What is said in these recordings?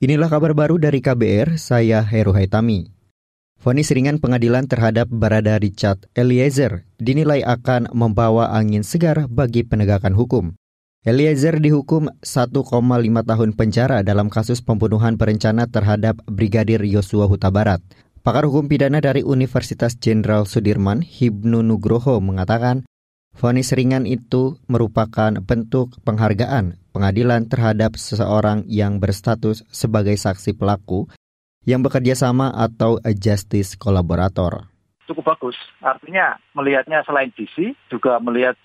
Inilah kabar baru dari KBR, saya Heru Haitami. Vonis ringan pengadilan terhadap Barada Richard Eliezer dinilai akan membawa angin segar bagi penegakan hukum. Eliezer dihukum 1,5 tahun penjara dalam kasus pembunuhan berencana terhadap Brigadir Yosua Huta Barat. Pakar hukum pidana dari Universitas Jenderal Sudirman, Hibnu Nugroho, mengatakan vonis ringan itu merupakan bentuk penghargaan pengadilan terhadap seseorang yang berstatus sebagai saksi pelaku yang bekerja sama atau justice kolaborator. Cukup bagus, artinya melihatnya selain DC, juga melihat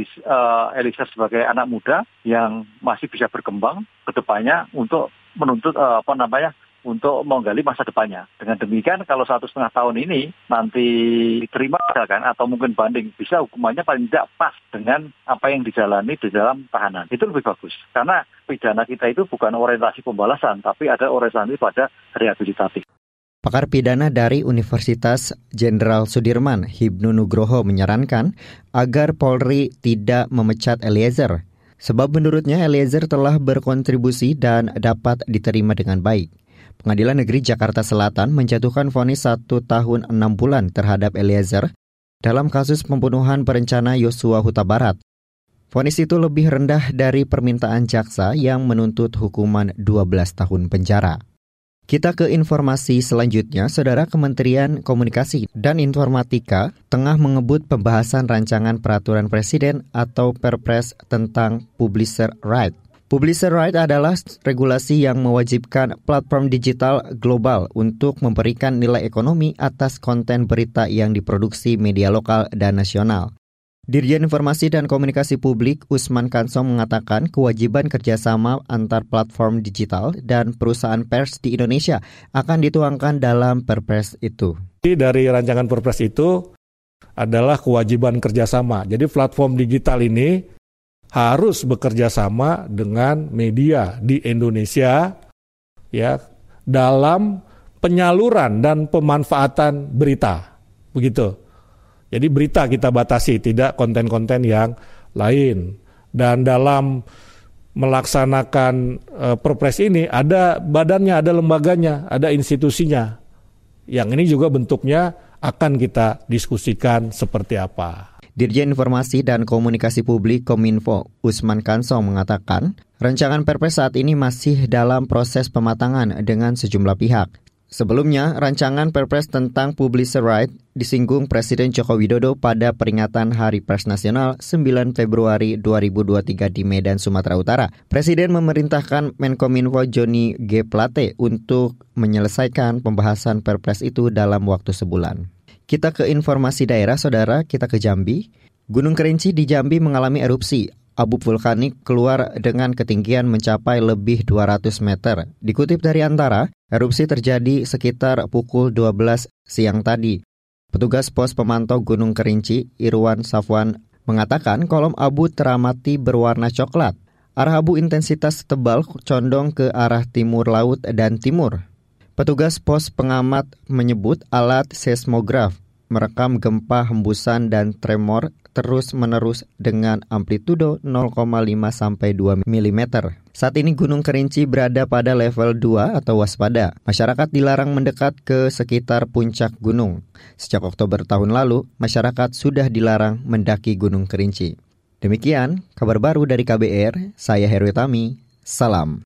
Eliezer sebagai anak muda yang masih bisa berkembang ke depannya untuk menuntut untuk menggali masa depannya. Dengan demikian, kalau 1,5 tahun ini nanti diterima kan, atau mungkin banding, bisa hukumannya paling tidak pas dengan apa yang dijalani di dalam tahanan. Itu lebih bagus, karena pidana kita itu bukan orientasi pembalasan, tapi ada orientasi pada rehabilitatif. Pakar pidana dari Universitas Jenderal Sudirman, Hibnu Nugroho, menyarankan agar Polri tidak memecat Eliezer, sebab menurutnya Eliezer telah berkontribusi dan dapat diterima dengan baik. Pengadilan Negeri Jakarta Selatan menjatuhkan vonis 1 tahun 6 bulan terhadap Eliezer dalam kasus pembunuhan berencana Yosua Huta Barat. Vonis itu lebih rendah dari permintaan jaksa yang menuntut hukuman 12 tahun penjara. Kita ke informasi selanjutnya, Saudara. Kementerian Komunikasi dan Informatika tengah mengebut pembahasan rancangan peraturan presiden atau Perpres tentang Publisher Right. Publisher Right adalah regulasi yang mewajibkan platform digital global untuk memberikan nilai ekonomi atas konten berita yang diproduksi media lokal dan nasional. Dirjen Informasi dan Komunikasi Publik Usman Kansong mengatakan kewajiban kerjasama antar platform digital dan perusahaan pers di Indonesia akan dituangkan dalam Perpres itu. Dari rancangan Perpres itu adalah kewajiban kerjasama. Jadi platform digital ini harus bekerja sama dengan media di Indonesia ya dalam penyaluran dan pemanfaatan berita. Begitu. Jadi berita kita batasi, tidak konten-konten yang lain. Dan dalam melaksanakan Perpres ini ada badannya, ada lembaganya, ada institusinya. Yang ini juga bentuknya akan kita diskusikan seperti apa. Dirjen Informasi dan Komunikasi Publik Kominfo, Usman Kansong, mengatakan rancangan Perpres saat ini masih dalam proses pematangan dengan sejumlah pihak. Sebelumnya, rancangan Perpres tentang Publisher Right disinggung Presiden Joko Widodo pada peringatan Hari Pers Nasional 9 Februari 2023 di Medan, Sumatera Utara. Presiden memerintahkan Menkominfo Johnny G. Plate untuk menyelesaikan pembahasan Perpres itu dalam waktu sebulan. Kita ke informasi daerah, Saudara. Kita ke Jambi. Gunung Kerinci di Jambi mengalami erupsi. Abu vulkanik keluar dengan ketinggian mencapai lebih 200 meter. Dikutip dari Antara, erupsi terjadi sekitar pukul 12 siang tadi. Petugas pos pemantau Gunung Kerinci, Irwan Safwan, mengatakan kolom abu teramati berwarna coklat. Arah abu intensitas tebal condong ke arah timur laut dan timur. Petugas pos pengamat menyebut alat seismograf merekam gempa, hembusan, dan tremor terus-menerus dengan amplitudo 0,5 sampai 2 mm. Saat ini Gunung Kerinci berada pada level 2 atau waspada. Masyarakat dilarang mendekat ke sekitar puncak gunung. Sejak Oktober tahun lalu, masyarakat sudah dilarang mendaki Gunung Kerinci. Demikian kabar baru dari KBR, saya Heru Haitami. Salam.